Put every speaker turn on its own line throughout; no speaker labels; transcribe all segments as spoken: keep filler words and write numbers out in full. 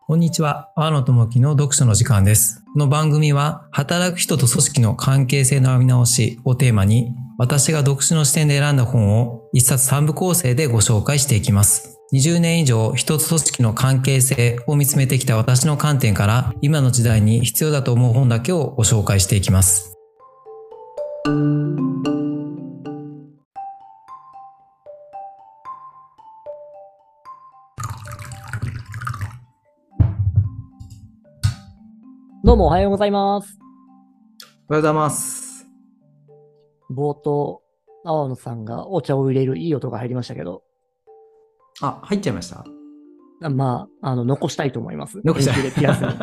こんにちは。阿野智樹の読書の時間です。この番組は、働く人と組織の関係性の見直しをテーマに、私が読書の視点で選んだ本を一冊三部構成でご紹介していきます。にじゅうねん以上、人と組織の関係性を見つめてきた私の観点から、今の時代に必要だと思う本だけをご紹介していきます。
どうもおはようございます。
おはようございます。
冒頭、青野さんがお茶を入れるいい音が入りましたけど。
あ、入っちゃいました？
まあ、あの、残したいと思います。
残したい。
編集でピアスに。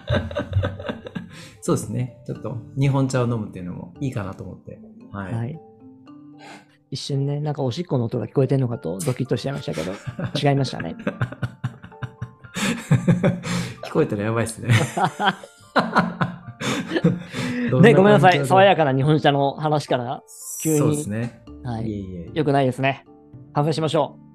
そうですね。ちょっと日本茶を飲むっていうのもいいかなと思って。はい。はい、
一瞬ね、なんかおしっこの音が聞こえてんのかとドキッとしちゃいましたけど、違いましたね。
聞こえたらやばいっすね。
ね、ごめんなさい。爽やかな日本茶の話から急に。
そうですね。
はい。いえいえ。よくないですね。反省しましょ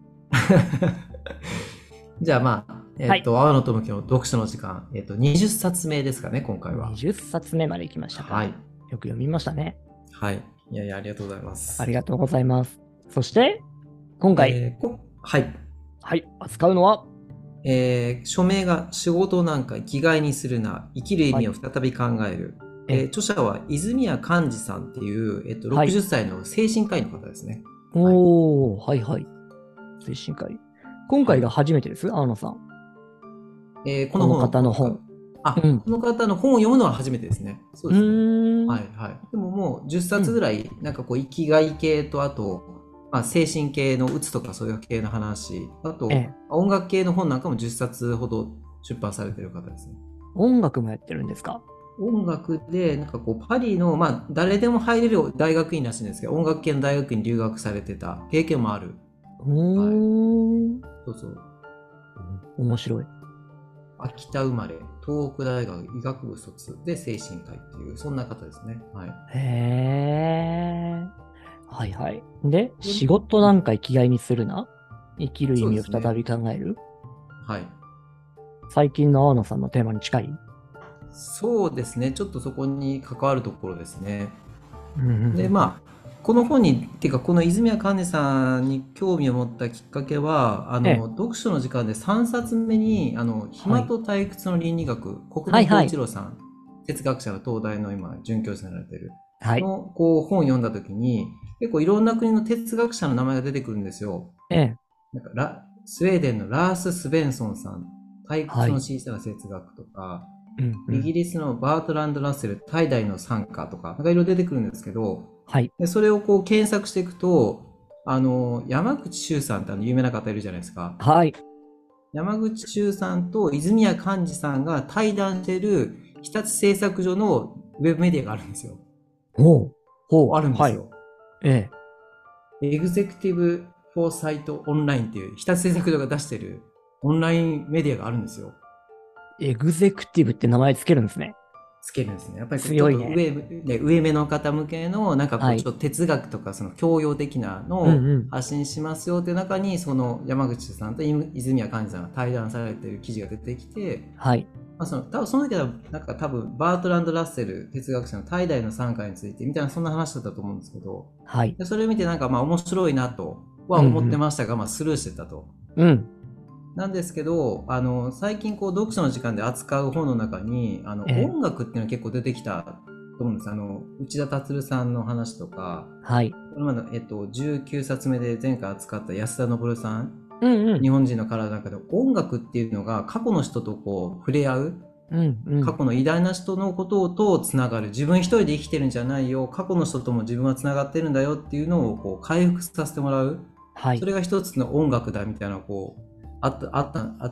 う。じゃあまあ、えっと、阿野智樹の読書の時間、えっと、にじゅっさつめですかね、今回は。
にじゅっさつめまで行きましたか。はい。よく読みましたね。
はい。いやいや、ありがとうございます。
ありがとうございます。そして、今回。
えー、はい。
はい。扱うのは、
えー、署名が仕事なんか生きがいにするな、生きる意味を再び考える。はい、えー、著者は泉谷寛治さんっていう、えっと、ろくじゅっさいの精神科医の方ですね。
はい、おー、はいはい。精神科医。今回が初めてです、はい、青野さん。
えー、この本
この方の本。
あ、うん、この方の本を読むのは初めてですね。そうですね。はいはい。でももうじゅっさつぐらい、うん、なんかこう生きがい系と、あと、まあ、精神系のうつとかそういう系の話、あと、ええ、音楽系の本なんかもじゅっさつほど出版されてる方ですね。
音楽もやってるんですか？
音楽で、なんかこう、パリの、まあ、誰でも入れる大学院らしいんですけど、音楽系の大学院に留学されてた経験もある。
うーん、
はい。そうそう。
面白い。
秋田生まれ、東北大学医学部卒で精神科医っていう、そんな方ですね。はい。
へー。はいはい。で、仕事なんか生きがいにするな、生きる意味を再び考える、ね、
はい。
最近の青野さんのテーマに近い？
そうですね。ちょっとそこに関わるところですね。
うんうん、
で、まあ、この本に、っていうか、この泉谷寛治さんに興味を持ったきっかけは、あの、ええ、読書の時間でさんさつめに、あの、暇と退屈の倫理学、はい、国分光一郎さん、はいはい、哲学者が東大の今、准教授になられてる、はい、の、こう、本を読んだときに、結構いろんな国の哲学者の名前が出てくるんですよ。ええ。なんかラスウェーデンのラース・スベンソンさん、退屈の小さな哲学とか、はいうんうん、イギリスのバートランド・ラッセル、怠惰の賛歌とか、なんかいろいろ出てくるんですけど、はい、でそれをこう検索していくと、あの、山口周さんってあの有名な方いるじゃないですか。はい。山口周さんと泉谷寛治さんが対談している日立製作所のウェブメディアがあるんですよ。
ほう。ほう。
あるんですよ。はい、
え
え。エグゼクティブフォーサイトオンラインっていう日立製作所が出しているオンラインメディアがあるんですよ。
エグゼクティブって名前つけるんですね。
つけるんですね。やっぱりちょっと上、ね、上目の方向けの、なんかこう、ちょっと哲学とか、その教養的なのを発信しますよっていう中に、その山口さんと泉谷寛治さんが対談されている記事が出てきて、はい。まあ、その、多分その時は、なんか多分、バートランド・ラッセル哲学者の怠惰の参加について、みたいな、そんな話だったと思うんですけど、はい。でそれを見て、なんかまあ面白いなとは思ってましたが、うんうん、まあスルーしてたと。うん。なんですけど、あの最近こう読書の時間で扱う本の中にあの、えー、音楽っていうのが結構出てきたと思うんです。あの内田達さんの話とか、はい、これまで、えっと、じゅうきゅうさつめで前回扱った安田昇さん、うんうん、日本人の体の中で音楽っていうのが過去の人とこう触れ合う、うんうん、過去の偉大な人のこととつながる、自分一人で生きてるんじゃないよ、過去の人とも自分はつながってるんだよっていうのをこう回復させてもらう、はい、それが一つの音楽だみたいなこうあった、あった、あって、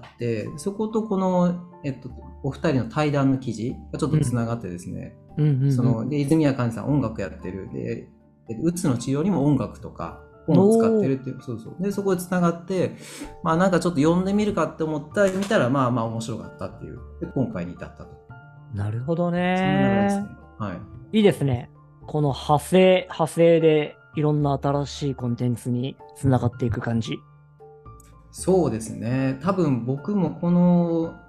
そことこの、えっと、お二人の対談の記事がちょっとつながってですね、うんうんうんうん、その、で、泉谷寛治さん音楽やってる。で、うつの治療にも音楽とか本を使ってるっていう、そうそう。で、そこでつながって、まあなんかちょっと読んでみるかって思ったら、見たらまあまあ面白かったっていう。で、今回に至ったと。
なるほどね。
そんな流れですね。はい。
いいですね。この派生、派生でいろんな新しいコンテンツにつながっていく感じ。
そうですね。多分僕もこの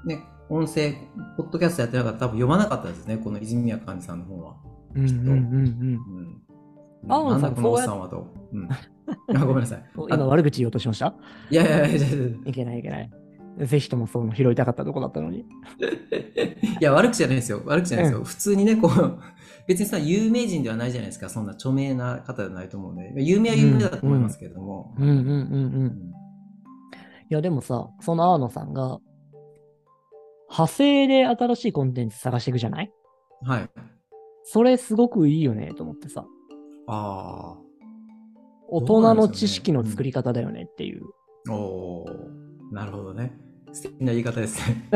ね、音声、ポッドキャストやってなかったら多分読まなかったですね、この泉谷寛治さんの本は。
うんうんうんうん。
うん、青野さん、このおっさんはと。うん、あごめんなさい。
今悪口言おうとしました？
いやいやいやいや
いけないいけない。ぜひともそう拾いたかったとこだったのに。い
や、悪口じゃないですよ。悪口じゃないですよ。うん、普通にね、こう、別にさ、有名人ではないじゃないですか。そんな著名な方ではないと思うんで。有名は有名だと思いますけれども。
うんうんうんうん。うん、いや、でもさ、その青野さんが、派生で新しいコンテンツ探していくじゃない？
はい。
それすごくいいよね、と思ってさ。
ああ。
大人の知識の作り方だよねっていう。
うん、おー、なるほどね。素敵な言い方ですね。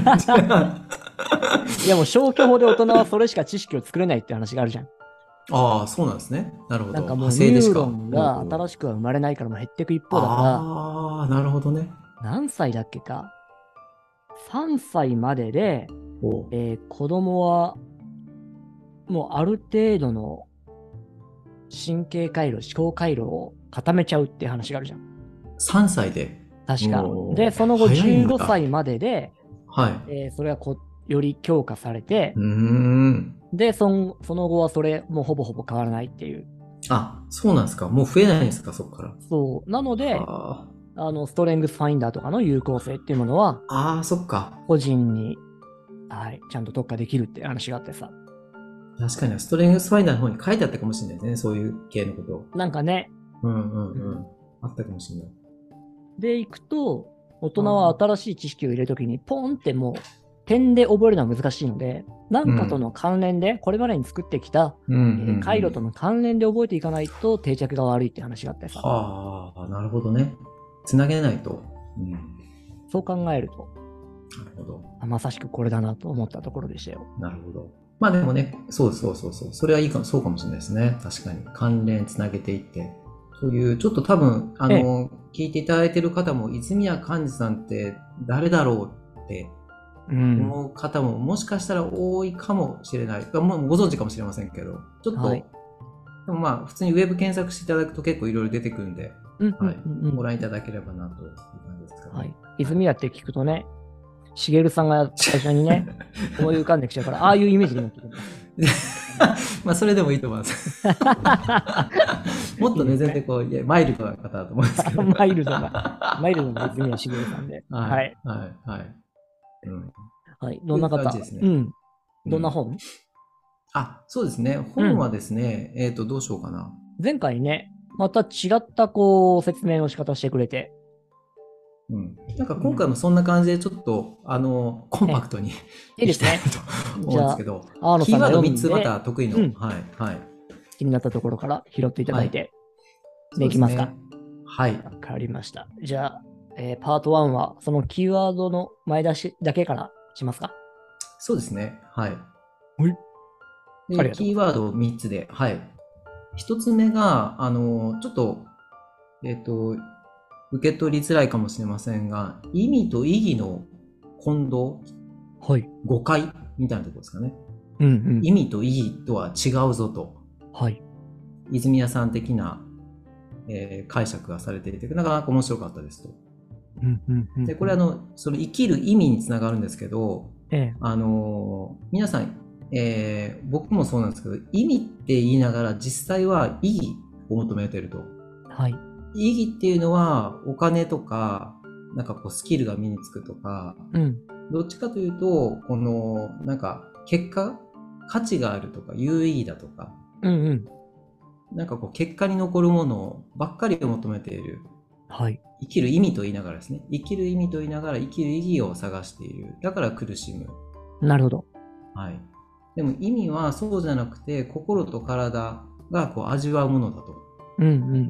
いやもう消去法で大人はそれしか知識を作れないって話があるじゃん。
ああ、そうなんですね。なるほど。
なんかもうニューロンが新しくは生まれないからも減っていく一方だから。
ああ、なるほどね。
何歳だっけか。さんさいまでで、えー、子供はもうある程度の神経回路、思考回路を固めちゃうっていう話があるじゃん。
さんさいで。
確か。で、その後じゅうごさいまでで、はいえー、それがこより強化されて、
うーん
でその、その後はそれもうほぼほぼ変わらないっていう。
あ、そうなんですか。もう増えないんですか、そこから。
そう。なので、あの、ストレングスファインダーとかの有効性っていうものは、
ああ、そっか。
個人に、はい、ちゃんと特化できるって話があってさ。
確かに、ストレングスファインダーの方に書いてあったかもしれないですね、そういう系のこと。
なんかね。
うんうんうん。あったかもしれない。
で、いくと、大人は新しい知識を入れるときに、ポンってもう、点で覚えるのは難しいので、何かとの関連で、これまでに作ってきた、うんえー、回路との関連で覚えていかないと定着が悪いって話があってさ。
はあ、なるほどね。つなげないと。うん、
そう考えると。
なるほど。
まさしくこれだなと思ったところでしたよ。
なるほど。まあでもね、そうそうそうそう。それはいいかも、そうかもしれないですね。確かに。関連つなげていって。そういう、ちょっと多分、あの、ええ、聞いていただいている方も、泉谷寛治さんって誰だろうって思う方ももしかしたら多いかもしれない。もうご存知かもしれませんけど、ちょっと、はい、でもまあ、普通にウェブ検索していただくと結構いろいろ出てくるんで、ご覧いただければなという感じですかね。はい。
泉谷って聞くとね、しげるさんが最初にね、思い浮かんできちゃうから、ああいうイメージになってくる。
まあ、それでもいいと思います。もっとね、いいね全然こう、いや、マイルドな方だと思うんですけど。
マイルドな、マイルドな泉谷しげるさんで。
はい。はい。はい。はい。
うん、はい。どんな方ですね。うん。どんな本、うん、
あ、そうですね。本はですね、うん、えっと、どうしようかな。
前回ね、また違ったこう、説明の仕方してくれて。
うん、なんか今回もそんな感じでちょっと、うん、あのコンパクトにいきたいと思うんですけど、キーワードみっつまた得意の、うん、はいはい、
気になったところから拾っていただいて、はい、でいきますか。
はい。
わかりました。じゃあ、えー、パートワンはそのキーワードの前出しだけからしますか。
そうですね。はい。
はい。
でキーワードみっつで、はい。ひとつめが、あの、ちょっと、えっと、受け取りづらいかもしれませんが、意味と意義の混同、
はい、
誤解みたいなところですかね。
うんうん、
意味と意義とは違うぞと、
はい、
泉谷さん的な、えー、解釈がされていて、なかなか面白かったですと。
うんうんうん、
でこれあのその生きる意味につながるんですけど、
ええ、
あの皆さん、えー、僕もそうなんですけど、意味って言いながら実際は意義を求めていると。
はい。
意義っていうのはお金とか、なんかこうスキルが身につくとか、
うん、
どっちかというと、このなんか結果、価値があるとか有意義だとか、
うんうん、
なんかこう結果に残るものばっかりを求めている。
はい。
生きる意味と言いながらですね。生きる意味と言いながら生きる意義を探している。だから苦しむ。
なるほど。
はい。でも意味はそうじゃなくて、心と体がこう味わうものだと。
うんうん。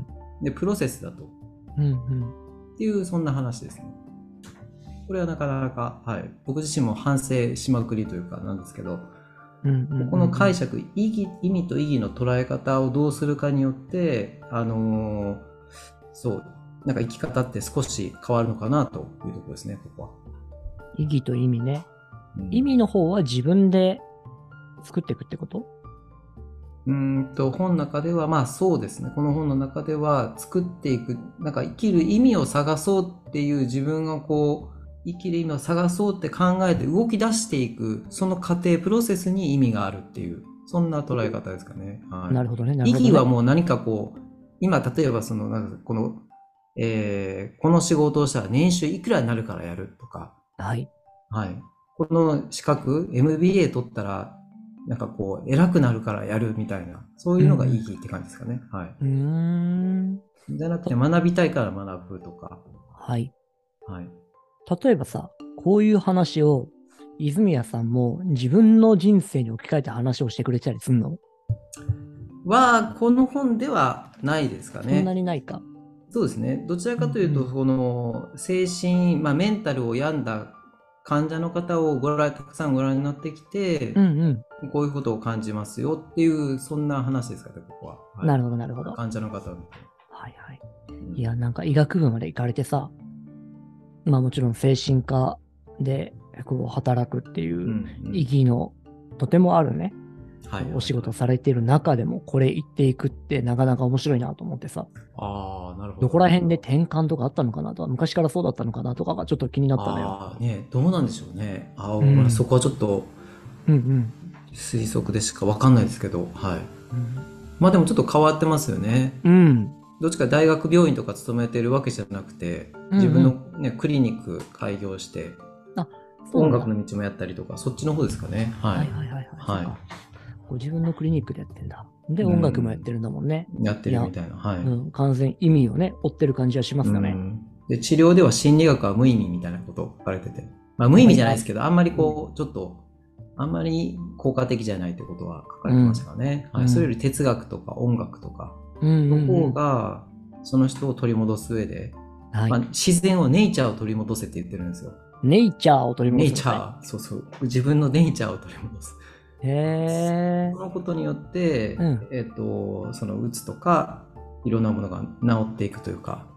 で、プロセスだと。
うんうん。
っていう、そんな話ですね。これはなかなか、はい。僕自身も反省しまくりというかなんですけど、うんうんうんうん、この解釈、意義、意味と意義の捉え方をどうするかによって、あのー、そう、なんか生き方って少し変わるのかなというところですね、ここは。
意義と意味ね。うん、意味の方は自分で作っていくってこと？
うんと、本の中では、まあそうですね。この本の中では作っていく、なんか生きる意味を探そうっていう自分がこ生きる意味を探そうって考えて動き出していく、その過程、プロセスに意味があるっていう、そんな捉え方ですかね。はい、
なるほどね。なるほどね。
意義はもう何かこう、今例えばその、なんかこの、えー、この仕事をしたら年収いくらになるからやるとか、
はい。
はい。この資格、エムビーエー 取ったら、なんかこう、偉くなるからやるみたいな、そういうのが意義って感じですかね。うん、はい。
うーん。
じゃなくて、学びたいから学ぶとか。
はい。
はい。
例えばさ、こういう話を、泉谷さんも自分の人生に置き換えて話をしてくれたりするの
は、この本ではないですかね。
そんなにないか。
そうですね。どちらかというと、うんうん、この精神、まあ、メンタルを病んだ患者の方をご覧たくさんご覧になってきて、うんうん、こういうことを感じますよっていう、そんな話ですかね、ここは。はい、
なるほど、なるほど。
患者の方を見て。
はいはい。いや、なんか医学部まで行かれてさ、まあもちろん精神科でこう働くっていう意義のとてもあるね、はいはいはい、お仕事されている中でもこれ言っていくってなかなか面白いなと思ってさ。
ああ、なるほど。
どこら辺で転換とかあったのかなとか、昔からそうだったのかなとかがちょっと気になったのよ。
ああ、ね、どうなんでしょうね。ああ、うん、そこはちょっと推測でしかわかんないですけど、はい。うん、まあでもちょっと変わってますよね。うん。どっちか大学病院とか勤めてるわけじゃなくて、自分の、ね、うんうん、クリニック開業して、あ、音楽の道もやったりとか、そっちの方ですかね。はい。はいはいはいはい。はい、
ご自分のクリニックでやってんだ。で、音楽もやってるんだもんね。
うん、やってるみたいな。はい。
うん、完全意味をね、追ってる感じはしますよね。うん、
で、治療では心理学は無意味みたいなことを書かれてて。まあ無意味じゃないですけど、あんまりこう、ちょっと、あんまり効果的じゃないってことは書かれてましたからね。うん、はい。それより哲学とか音楽とか、の方が、その人を取り戻す上で、はい、まあ、自然を、ネイチャーを取り戻せって言ってるんですよ。
ネイチャーを取り戻す、
ね。ネイチャー、そうそう。自分のネイチャーを取り戻す。へー。そのことによって、うん、えっと、そのうつとか、いろんなものが治っていくというか。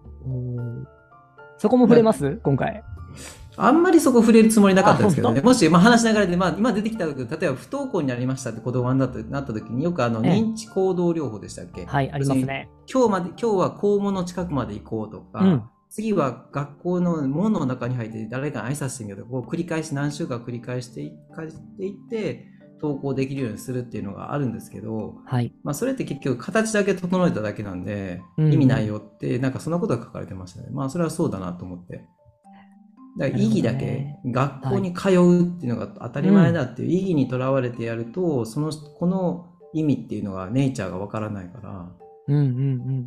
そこも触れます今回。
あんまりそこ触れるつもりなかったんですけどね。もし、まあ、話しながらで、まあ、今出てきた時、例えば不登校になりましたって子供になったなった時によくあの、ええ、認知行動療法でしたっけ？
はい、ありますね。
今日まで、今日は校門の近くまで行こうとか、うん、次は学校の門の中に入って誰かに挨拶してみようとか、こう繰り返し何週間繰り返していって、登校できるようにするっていうのがあるんですけど、はい、まあそれって結局形だけ整えただけなんで、うんうん、意味ないよって、なんかそんなことが書かれてましたね。まあそれはそうだなと思って。だから意義だけ、ね、学校に通うっていうのが当たり前だっていう意義にとらわれてやると、うん、そのこの意味っていうのがネイチャーがわからないから、うんうんうん、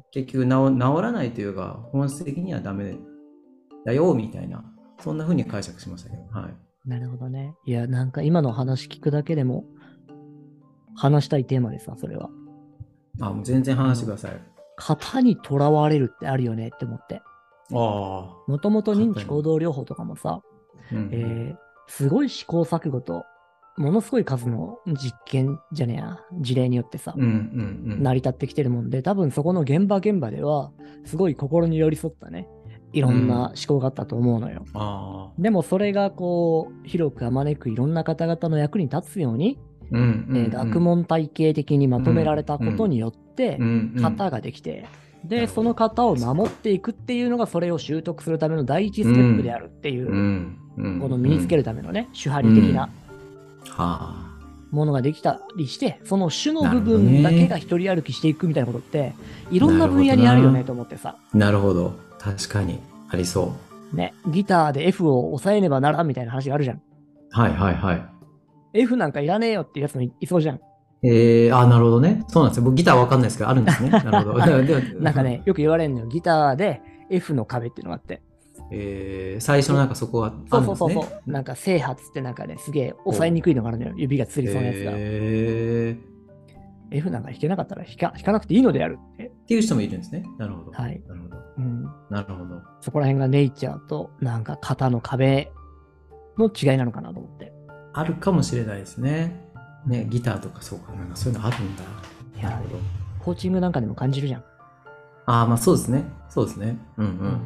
結局治、治らないというか本質的にはダメだよみたいな、そんな風に解釈しましたけど、はい。
なるほどね。いや、なんか今の話聞くだけでも話したいテーマですわ、それは。
あ、もう全然話してください。
型にとらわれるってあるよねって思って。もともと認知行動療法とかもさ、うんえー、すごい試行錯誤と、ものすごい数の実験じゃねえや、事例によってさ、うんうんうん、成り立ってきてるもんで、多分そこの現場現場では、すごい心に寄り添ったね、いろんな思考があったと思うのよ。うん、あでもそれがこう、広くあまねくいろんな方々の役に立つように、うんうんうんえー、学問体系的にまとめられたことによって、型ができて、で、その型を守っていくっていうのがそれを習得するための第一ステップであるっていう、うんうん、この身につけるためのね、手張り的なものができたりして、その種の部分だけが一人歩きしていくみたいなことって、いろんな分野にあるよねと思ってさ。
なるほど。確かに。ありそう。
ね、ギターで F を抑えねばならんみたいな話があるじゃん。
はいはいはい。
F なんかいらねえよっていうやつも い, いそうじゃん。
えー、あ、なるほどね。そうなんですよ。僕ギターわかんないですけど、あるんですね。なるほど。
なんかね、よく言われるのよ。ギターで F の壁っていうのがあって。
えー、最初のなんかそこはあるんですね。
そうそうそうそう。なんか正発ってなんかね、すげえ押さえにくいのがあるのよ。指がつりそうなやつが。えー、F なんか弾けなかったら弾か弾かなくていいのであるって。
っていう人もいるんですね。なるほど。
はい。
なるほど。
うん。
なるほど。
そこら辺がネイチャーとなんか型の壁の違いなのかなと思って。
あるかもしれないですね。ね、ギターとかそうかなんかそういうのあるんだ。
なるほど。コーチングなんかでも感じるじゃん。
ああ、まあそうですね。そうですね。うんうん。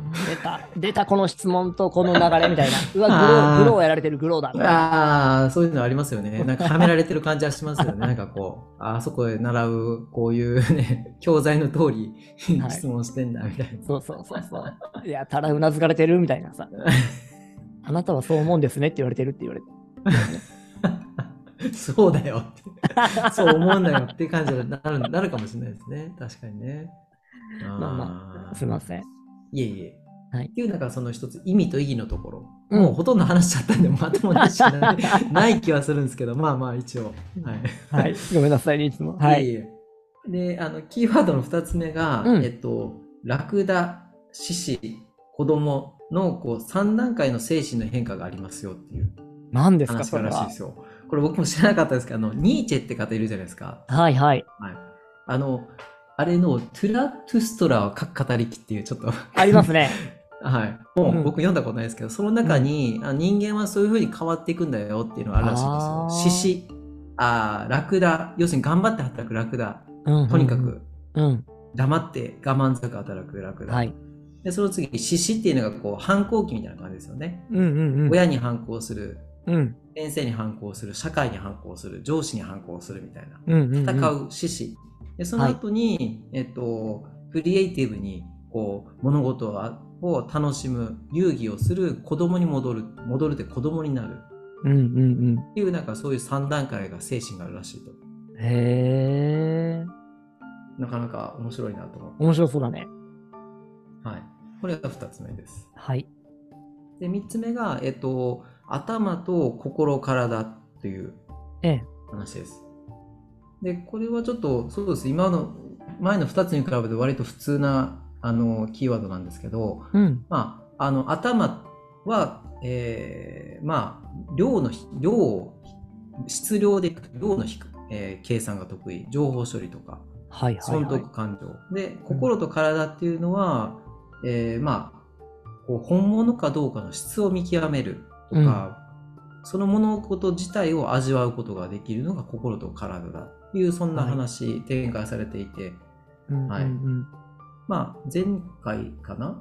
出た、出たこの質問とこの流れみたいな。うわ、グロー、グローやられてるグローだ。
ああ、そういうのありますよね。なんかはめられてる感じはしますよね。なんかこう、あそこで習う、こういうね、教材の通り質問してんだみたいな。
そうそうそうそう。いや、ただうなずかれてるみたいなさ。 あなたはそう思うんですねって言われてるって言われて。
そうだよって。そう思うんだよっていう感じになる、なるかもしれないですね。確かにね。
まあまあ、すいません。
いえいえ。
はい、
っていうのがその一つ意味と意義のところ、
うん、
もうほとんど話しちゃったんでまともなしかないない気はするんですけど、まあまあ一応
はい、はい、ごめんなさいねいつも。はい。いえいえ
で、あのキーワードのふたつめが、うん、えっとラクダ、獅子、子供のこうさん段階の精神の変化がありますよっていう
何ですか
話らしいですよ。これ僕も知らなかったですけど、あのニーチェって方いるじゃないですか。
はいはい。
はい、あのあれのトゥラ・トゥストラを書く語りきっていうちょっと
ありますね。
はい、もう僕読んだことないですけど、うん、その中に、うん、人間はそういう風に変わっていくんだよっていうのがあるらしいんですよ。獅子、あラクダ、要するに頑張って働くラクダ、うんうんうん、とにかく、うん、黙って我慢強く働くラクダ、はい、でその次獅子っていうのがこう反抗期みたいな感じですよね、うんうんうん、親に反抗する、うん、先生に反抗する、社会に反抗する、上司に反抗するみたいな、うんうんうん、戦う獅子でその後に、はい、えっと、クリエイティブにこう物事を楽しむ、遊戯をする子供に戻る、戻るって子供になる、うんうんうん、っていうなんかそういうさん段階が精神があるらしいと。
へー、
なかなか面白いなと思って。
面白そうだね。
はい、これがふたつめです。
はい。
でみっつめが、えっと、頭と心、体っていう話です。ええ、でこれはちょっとそうです、今の前のふたつに比べて割と普通なあのキーワードなんですけど、うん、まあ、あの頭は、えー、まあ量の量を質量で量の低く、えー、計算が得意、情報処理とか、はいはいはい、損得感情で、心と体っていうのは、うん、えー、まあこう本物かどうかの質を見極めるとか、うん、その物事自体を味わうことができるのが心と体だという、そんな話、はい、展開されていて、はい、うんうんうん、まあ前回かな、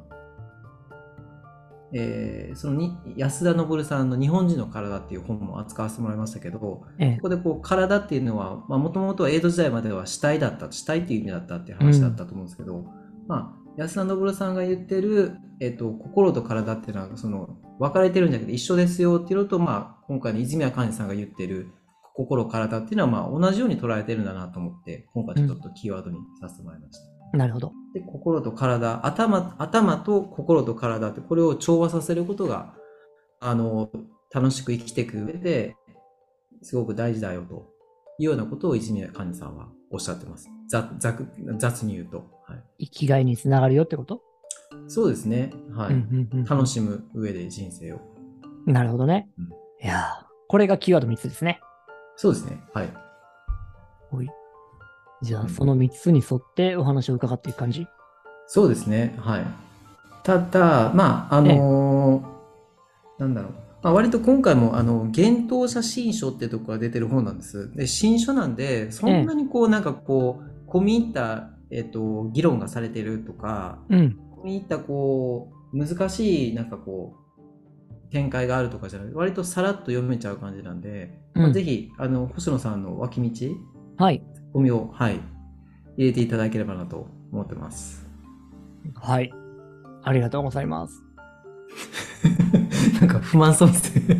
えー、そのに安田昇さんの日本人の体っていう本も扱わせてもらいましたけど、ええ、ここでこう体っていうのはもともとは江戸時代までは死体だった、死体っていう意味だったっていう話だったと思うんですけど、うん、まあ安田昇さんが言ってる、えっと、心と体っていうのはその分かれてるんだけど一緒ですよっていうのと、まあ、今回の泉谷寛治さんが言ってる心体っていうのはまあ同じように捉えてるんだなと思って今回ちょっとキーワードにさせてもらいました。
うん、なるほど。
で心と体、頭、頭と心と体ってこれを調和させることがあの楽しく生きていく上ですごく大事だよというようなことを泉谷寛治さんはおっしゃってます。ざざ雑に言うと、はい、
生きがいにつながるよってこと？
そうですね、はい、うんうんうんうん、楽しむ上で人生を。
なるほどね、うん、いやこれがキーワードみっつですね。
そうですね、はい。
おい、じゃあそのみっつに沿ってお話を伺っていく感じ？
そうですね、はい。ただまああのーええ、なんだろう、まあ、割と今回もあの幻冬者新書っていうところが出てる本なんです。で新書なんでそんなにこう、ええ、なんかこう込み入った、えっと、議論がされてるとか、うん、込み入ったこう難しいなんかこう展開があるとかじゃない、割とさらっと読めちゃう感じなんで、うん、まあ、ぜひあの星野さんの脇道、はい、込みを、はい、入れていただければなと思ってます。
はい、ありがとうございます。
なんか不満そうですね。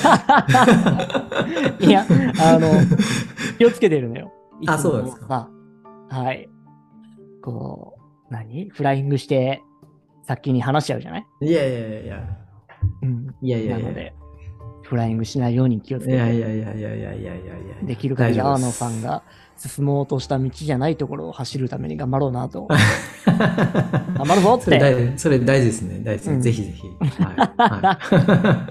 いや、あの、気をつけてるのよ。
いつもあ、そうですか。
はい。こう、何フライングして、先に話しちゃうじゃない？
いやいやいやいや。
うん。いやいやいや。なので、フライングしないように気をつけて。いやいやいやいやいやいやいやいや。できる限り阿野さんが進もうとした道じゃないところを走るために頑張ろうなと。頑張るぞって。それ大、
それ大事ですね。大事ですね。うん、ぜひぜひ。はいはい、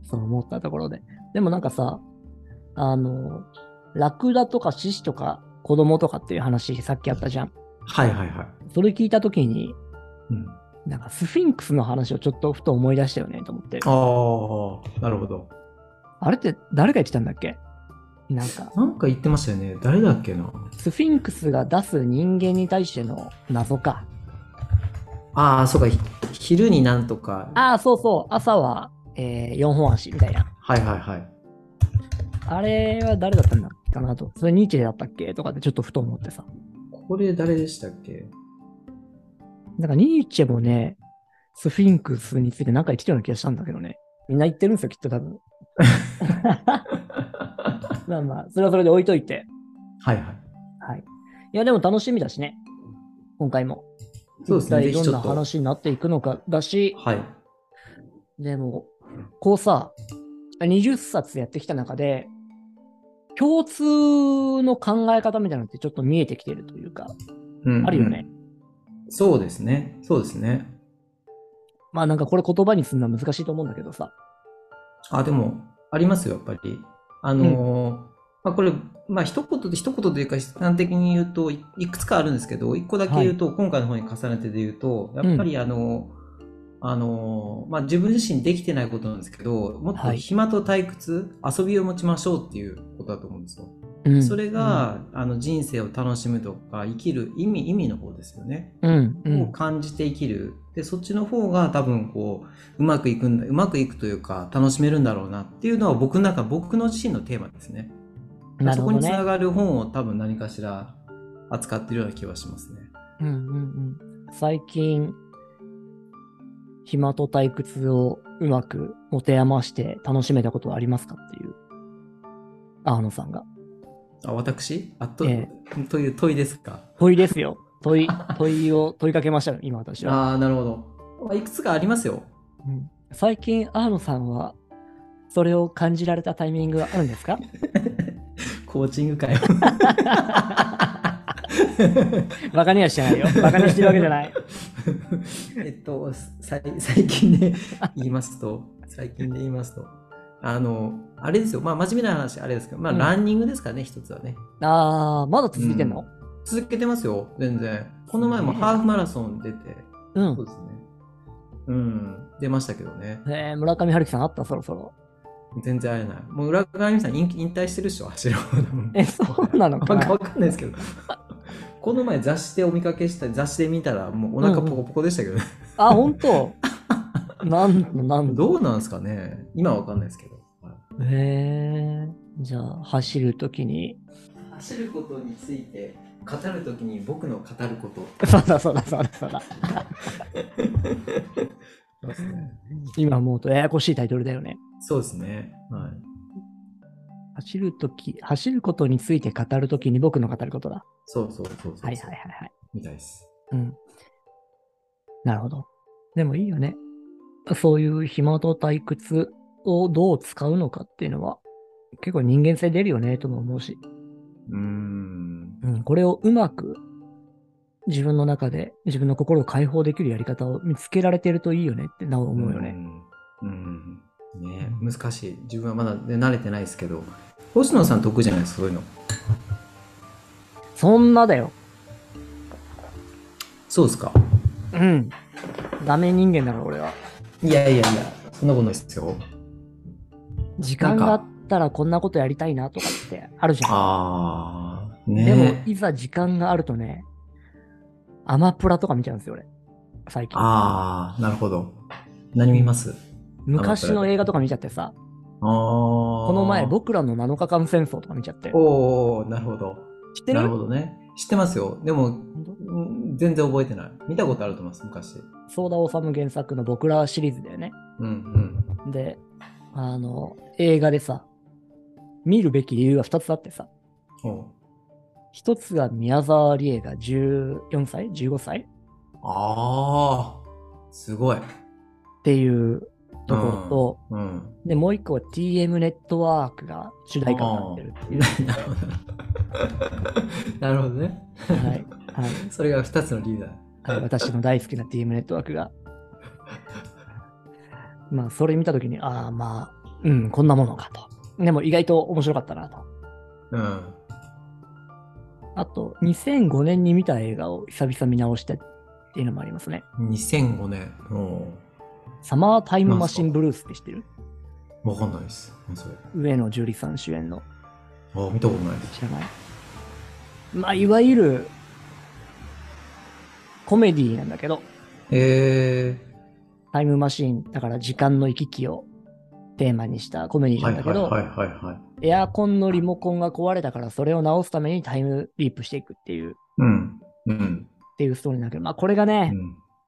そう思ったところで。でもなんかさ、あの、ラクダとか獅子とか子供とかっていう話さっきあったじゃん。
はいはいはい。
それ聞いたときに、うん、なんかスフィンクスの話をちょっとふと思い出したよねと思って。
ああ、なるほど。
あれって誰が言ってたんだっけ？なんか。
なんか言ってましたよね。誰だっけな。
スフィンクスが出す人間に対しての謎か。
ああ、そうか。昼になんとか。
ああ、そうそう。朝は、えー、よんほん足みたいな。
はいはいはい。
あれは誰だったんだっけかなと。それニーチェだったっけとかってちょっとふと思ってさ。
これ誰でしたっけ？
なんかニーチェもね、 スフィンクスについて何か言ってたような気がしたんだけどね。みんな言ってるんですよ、きっと多分。まあまあ、それはそれで置いといて。
はいはい。
はい。いや、でも楽しみだしね。今回も。
そうですね。
一体どんな話になっていくのかだし。
はい。
でも、こうさ、にじゅっさつやってきた中で、共通の考え方みたいなのってちょっと見えてきてるというか、うんうん、あるよね。
そうですね。そうですね。
まあなんかこれ言葉にするのは難しいと思うんだけどさ。
あ、でも、ありますよ、やっぱり。あのー、うん、まあこれ、まあ一言で一言というか、端的に言うとい、いくつかあるんですけど、一個だけ言うと、はい、今回の方に重ねてで言うと、やっぱりあの、うん、あのー、まあ自分自身できてないことなんですけど、もっと暇と退屈、はい、遊びを持ちましょうっていうことだと思うんですよ。うん、それが、うん、あの人生を楽しむとか生きる意味意味の方ですよね、うんうん、を感じて生きる。でそっちの方が多分こううまくいくんだうまくいくというか楽しめるんだろうなっていうのは僕の中僕の自身のテーマですね。ね、そこにつながる本を多分何かしら扱ってるような気はしますね。
うんうんうん、最近暇と退屈をうまく持て余して楽しめたことはありますかっていうアーノさんが。
あ、私あと、えー、という問いですか？
問いですよ。問い、問いを問いかけましたよ、今私は。
ああ、なるほど。いくつかありますよ。
うん、最近、アーノさんは、それを感じられたタイミングはあるんですか？
コーチングかよ。
バカにはしてないよ。バカにしてるわけじゃない。
えっと、最近で言いますと、最近で言いますと、あの、あれですよ。まあ、真面目な話、あれですけど、まあ、うん、ランニングですかね、一つはね。
ああ、まだ続いてんの？うん、
続けてますよ、全然。この前もハーフマラソン出て、うん、そうですね。うん、出ましたけどね。
えー、村上春樹さんあった、そろそろ。
全然会えない。もう村上さん引退してるっしょ、走る方でも。
え、そうなのかな？
わかんないですけど。この前雑誌でお見かけした、雑誌で見たら、もうお腹ポコポコでしたけどね。
うんうん、あ、本当？なんなん
どうなんですかね。今はわかんないですけど。
へえー、じゃあ、走るときに。
走ることについて語るときに僕の語ること。
そうだそうだそうだそうだ。そうですね、今思うとややこしいタイトルだよね。
そうですね。はい。
走るとき、走ることについて語るときに僕の語ることだ。
そうそうそうそうそう。
はいはいはいはい。
みたいです。
うん。なるほど。でもいいよね。そういう暇と退屈をどう使うのかっていうのは結構人間性出るよねとも思うし。
うーん。
うん。これをうまく自分の中で自分の心を解放できるやり方を見つけられてるといいよねってなお思うよね。
うん。うん。ね、難しい。自分はまだ、ね、慣れてないですけど、星野さん得意じゃないですか、そういうの。
そんなだよ。
そうですか。
うん。ダメ人間だから俺は。
いやいやいや、そんなことないですよ。
時間があったらこんなことやりたいなとかってあるじゃん。
ああ、ね。
でもいざ時間があるとね、アマプラとか見ちゃうんですよ、俺。最近。
ああ、なるほど。何見ます？
昔の映画とか見ちゃってさ。
あ
この前、僕らのなのかかん戦争とか見ちゃって。
おー、なるほど。
知ってる？
なるほどね。知ってますよ。でも、全然覚えてない。見たことあると思います、昔。
ソーダオサム原作の僕らシリーズだよね。
うん
うん。で、あの、映画でさ、見るべき理由がふたつあってさ。ひとつが宮沢りえがじゅうよんさい ?じゅうごさい？
ああ、すごい。
っていうところと、
うんうん、
で、もう一個は ティーエム ネットワークが主題歌になってるっていう。
なるほど。なるほどね。
はい。はい。
それがふたつの理由だ。
はい。私の大好きな ティーエム ネットワークが。まあ、それ見たときに、ああ、まあ、うん、こんなものかと。でも意外と面白かったなと。
うん。
あと、にせんごねんに見た映画を久々見直してっていうのもありますね。
にせんごねん。
サマータイムマシンブルースって知ってる？
わかんないです。それ。
上野樹里さん主演の。
ああ、見たことないです。
知らない。まあ、いわゆるコメディなんだけど。
へえ。
タイムマシン、だから時間の行き来をテーマにしたコメディなんだけど、
はいはいはいはい、はい。
エアコンのリモコンが壊れたからそれを直すためにタイムリープしていくっていう、
うん。うん。
っていうストーリーなんだけど、まあこれがね、うん、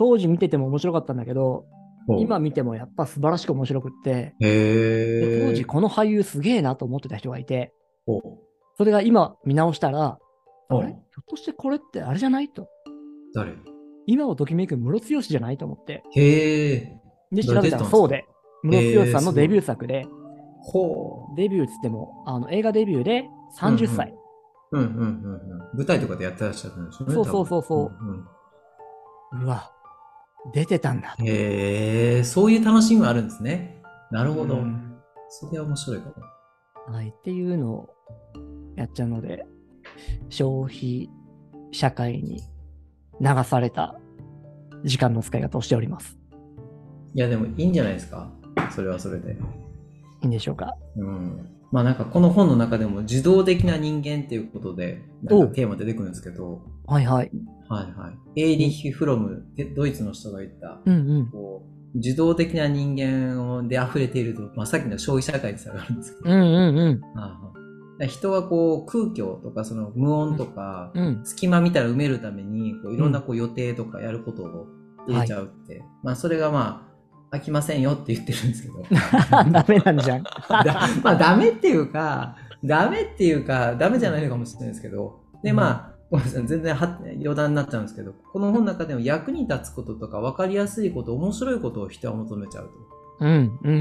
当時見てても面白かったんだけど、今見てもやっぱ素晴らしく面白くって、
へ
で当時この俳優すげえなと思ってた人がいて、
ほう
それが今見直したら、
ほう
あれひょっとしてこれってあれじゃないと。
誰
今をときめくムロツヨシじゃないと思って。
へえ。
で、調べたらそうで、ムロツヨシさんのデビュー作で、
ほう
デビューっつっても、あの映画デビューでさんじゅっさい。
うんうんうんうんうん。舞台とかでやってらっしゃったんでしょうね。
そうそうそうそう。
うん
うん、うわ、出てたんだと。
へえ、そういう楽しみもあるんですね。なるほど。
うん、
それは面白いかも。
はい、っていうのをやっちゃうので、消費社会に流された時間の使い方をしております。
いや、でもいいんじゃないですか。それはそれで。
いいんでしょうか。
うん。まあなんかこの本の中でも受動的な人間っていうことで、なんかテーマ出てくるんですけど、
はいはい。
はいはい。エイリッヒ・フロム、ドイツの人が言った、
うんうん、
こう受動的な人間で溢れていると、まあ、さっきの消費社会に下がるんですけど、
うんうんうん、
人はこう空虚とかその無音とか、
うん、
隙間見たら埋めるためにこういろんなこう予定とかやることを入れちゃうって、はい、まあそれがまあ飽きませんよって言ってるんですけど
ダメなんじゃん
だまあダメっていうかダメっていうかダメじゃないのかもしれないですけど、でまあごめんなさい、全然は余談になっちゃうんですけど、この本の中でも役に立つこととか分かりやすいこと、面白いことを人は求めちゃうと。
うんうん、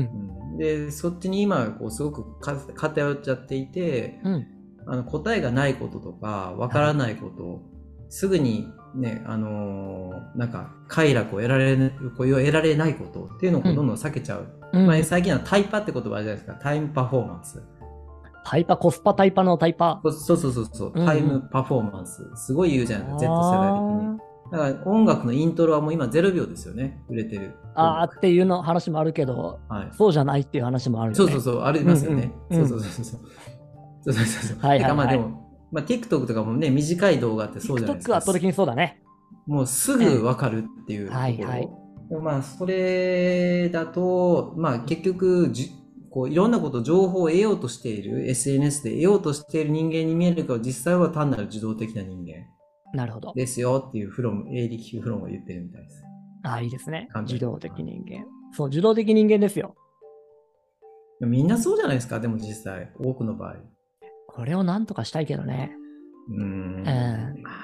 でそっちに今こうすごく偏っちゃっていて、うん、あの答えがないこととか分からないこと、はい、すぐにね、あのー、なんか快楽を得られる得られないことっていうのをどんどん避けちゃう、うんまあ、最近はタイパって言葉あるじゃないですか。タイムパフォーマンス、
タイパ、コスパタイパのタイパ。
そうそうそうそう、うんうん、タイムパフォーマンスすごい言うじゃないですか、Z 世代的に。だから音楽のイントロはもう今ゼロびょうですよね、売れてる。
あーっていうの話もあるけど、はい、そうじゃないっていう話もあるよね。
そうそうそう、ありますよね。そうそうそうそう。そうそうそう。はいはいはい。まあでも、まあ、TikTok とかもね、短い動画ってそうじゃないですか。
TikTok は圧倒的にそうだね。
もうすぐわかるっていうところ。はいはい、まあそれだと、まあ結局じ、こういろんなこと情報を得ようとしている エスエヌエス で得ようとしている人間に見えるけど、実際は単なる受動的な人間
なるほど
ですよっていうフロムエイリッヒ・フロムが言ってるみたいです。
ああいいですね。受動的人間。そう受動的人間ですよ。
みんなそうじゃないですか。でも実際多くの場合。
これをなんとかしたいけどね。
うん、うん、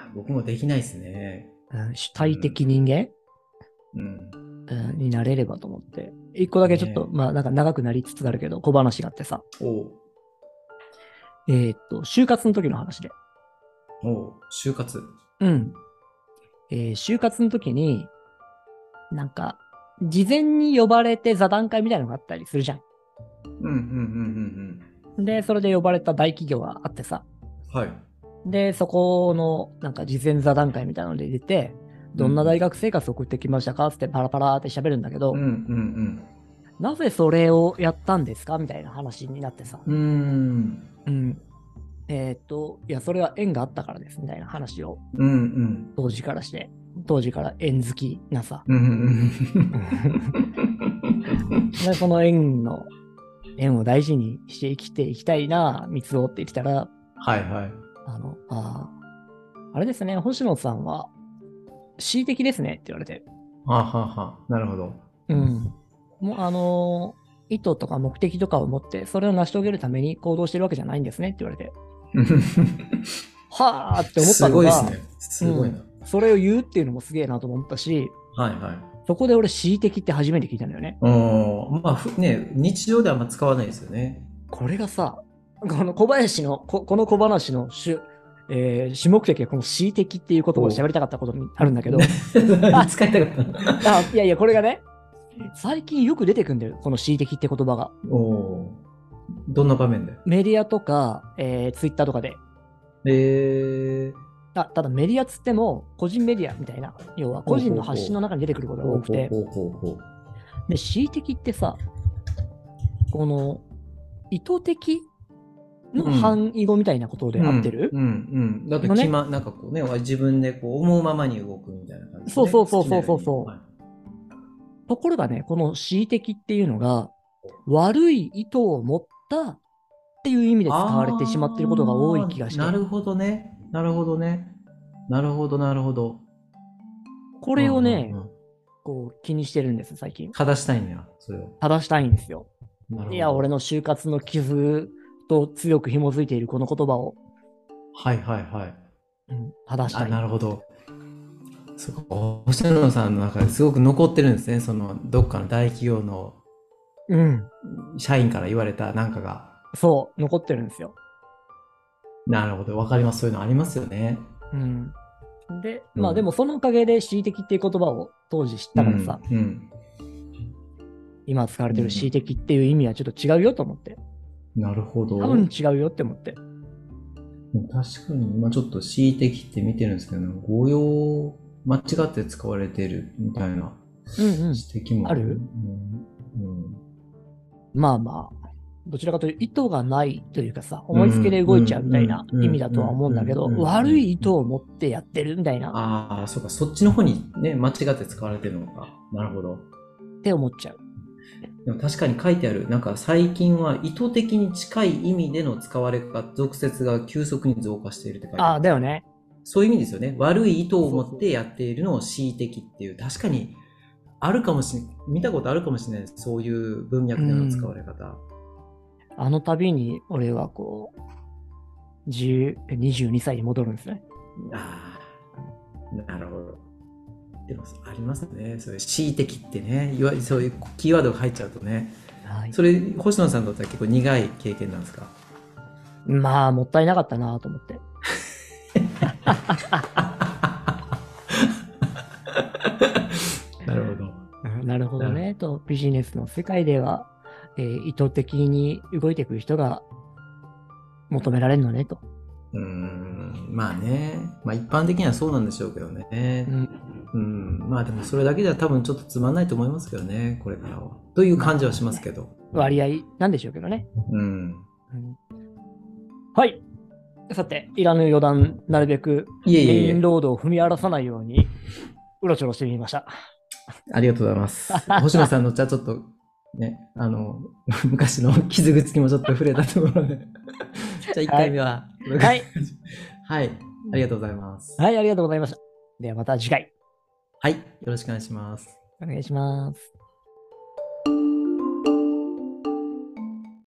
僕もできないですね。
うん、主体的人間、うんうん、になれればと思って。一個だけちょっと、ね、まあなんか長くなりつつあるけど、小話があってさ。おえー、っと、就活の時の話で。
お就活
うん。えー、就活の時に、なんか、事前に呼ばれて座談会みたいなのがあったりするじゃん。
うんうんうんうん
うん。で、それで呼ばれた大企業があってさ。
はい。
で、そこの、なんか事前座談会みたいなので出て、どんな大学生活を送ってきましたかってパラパラって喋るんだけど、うんうんうん、なぜそれをやったんですかみたいな話になってさ。うん。うん。えー、っと、いや、それは縁があったからですみたいな話を、うんうん、当時からして、当時から縁好きなさ。うんうん、でその縁の、縁を大事にして生きていきたいな、三つおって言ってたら、
はいはい。
あの、ああれですね、星野さんは、恣意的ですねって言われて。
はははなるほど。
うん。もう、あのー、意図とか目的とかを持って、それを成し遂げるために行動してるわけじゃないんですねって言われて。はあって思ったのが、すごいですね。すごいな、うん。それを言うっていうのもすげえなと思ったし、
はいはい。
そこで俺、恣意的って初めて聞いたんだよね。
うん。まあ、ね、日常ではあんま使わないですよね。
これがさ、この小林の、こ, この小話の主、えー、主目的はこの恣意的っていう言葉を喋りたかったことにあるんだけど。
使いたかった
あ。いやいや、これがね、最近よく出てくるんだよ、この恣意的って言葉が。
おどんな場面で？
メディアとか、えー、ツイッターとかで。
えー、
あただメディアつっても、個人メディアみたいな、要は個人の発信の中に出てくることが多くて。で、恣意的ってさ、この、意図的の反囲語みたいなことで合ってる？
うん、うん、うん。だって決ま、ね、なんかこうね、自分でこう思うままに動くみたいな感じ、ね。
そうそうそうそうそうそう、はい。ところがね、この恣意的っていうのが、悪い意図を持ったっていう意味で使われてしまっていることが多い気がして。
なるほどね。なるほどね。なるほど、なるほど。
これをね、うんうんうん、 構気にしてるんです、最近。
正したいんだ、それを。
正したいんですよ。いや、俺の就活の傷と強く紐づいているこの言葉を。
はいはいはい。
うん、正したい。
あ、なるほど。すごい。星野さんの中ですごく残ってるんですね。その、どっかの大企業の社員から言われたなんかが。
うん、そう、残ってるんですよ。
なるほど。わかります。そういうのありますよね。
うん。で、うん、まあでもそのおかげで恣意的っていう言葉を当時知ったからさ、うんうん、今使われてる恣意的っていう意味はちょっと違うよと思って。
なるほど。
多分違うよって思って。
確かに今ちょっと恣意的って見てるんですけど、誤用間違って使われてるみたいな指摘も
ある、うんうん、ある、うん、まあまあどちらかというと意図がないというかさ、思いつきで動いちゃうみたいな意味だとは思うんだけど、悪い意図を持ってやってるみたいな。
ああ、そうか、そっちの方にね、間違って使われてるのか。なるほど。
って思っちゃう。
でも確かに書いてある、なんか最近は意図的に近い意味での使われ方、俗説が急速に増加しているって書いてある。
ああ、だよね。
そういう意味ですよね。悪い意図を持ってやっているのを恣意的っていう、確かにあるかもしれない、見たことあるかもしれないです。そういう文脈での使われ方。うん、
あの度に俺はこう、じゅう、にじゅうにさいに戻るんですね。
ああ、なるほど。でもありますね。そういう恣意的ってね、いわゆるそういうキーワードが入っちゃうとね。はい、それ、星野さんだったら結構苦い経験なんですか？
まあ、もったいなかったなと思って。
なるほど。
なるほどね。と、ビジネスの世界では、えー、意図的に動いてくる人が求められるのねと。
うーん、まあね。まあ一般的にはそうなんでしょうけどね。うん。うん、まあでもそれだけでは多分ちょっとつまんないと思いますけどね、これからは。という感じはしますけど。まあね、
割合なんでしょうけどね。うん。うん、はい。さて、いらぬ余談、なるべくメインロードを踏み荒らさないように、うろちょろしてみました。
ありがとうございます。星野さんのじゃあちょっと、ね、あの、昔の傷口にもちょっと触れたところで。じゃあいっかいめは。はい。はい。ありがとうございます。
はい、ありがとうございました。ではまた次回。
はい。よろしくお願いします。
お願いします。